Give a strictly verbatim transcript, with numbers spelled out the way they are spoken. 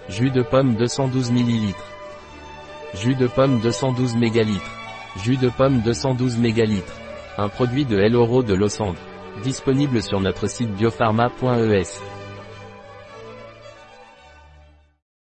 Jus de pomme deux cent douze millilitres. Jus de pomme deux cent douze mégalitres. Jus de pomme deux cent douze mégalitres. Un produit de El Oro de Lossandre. Disponible sur notre site biopharma point e s.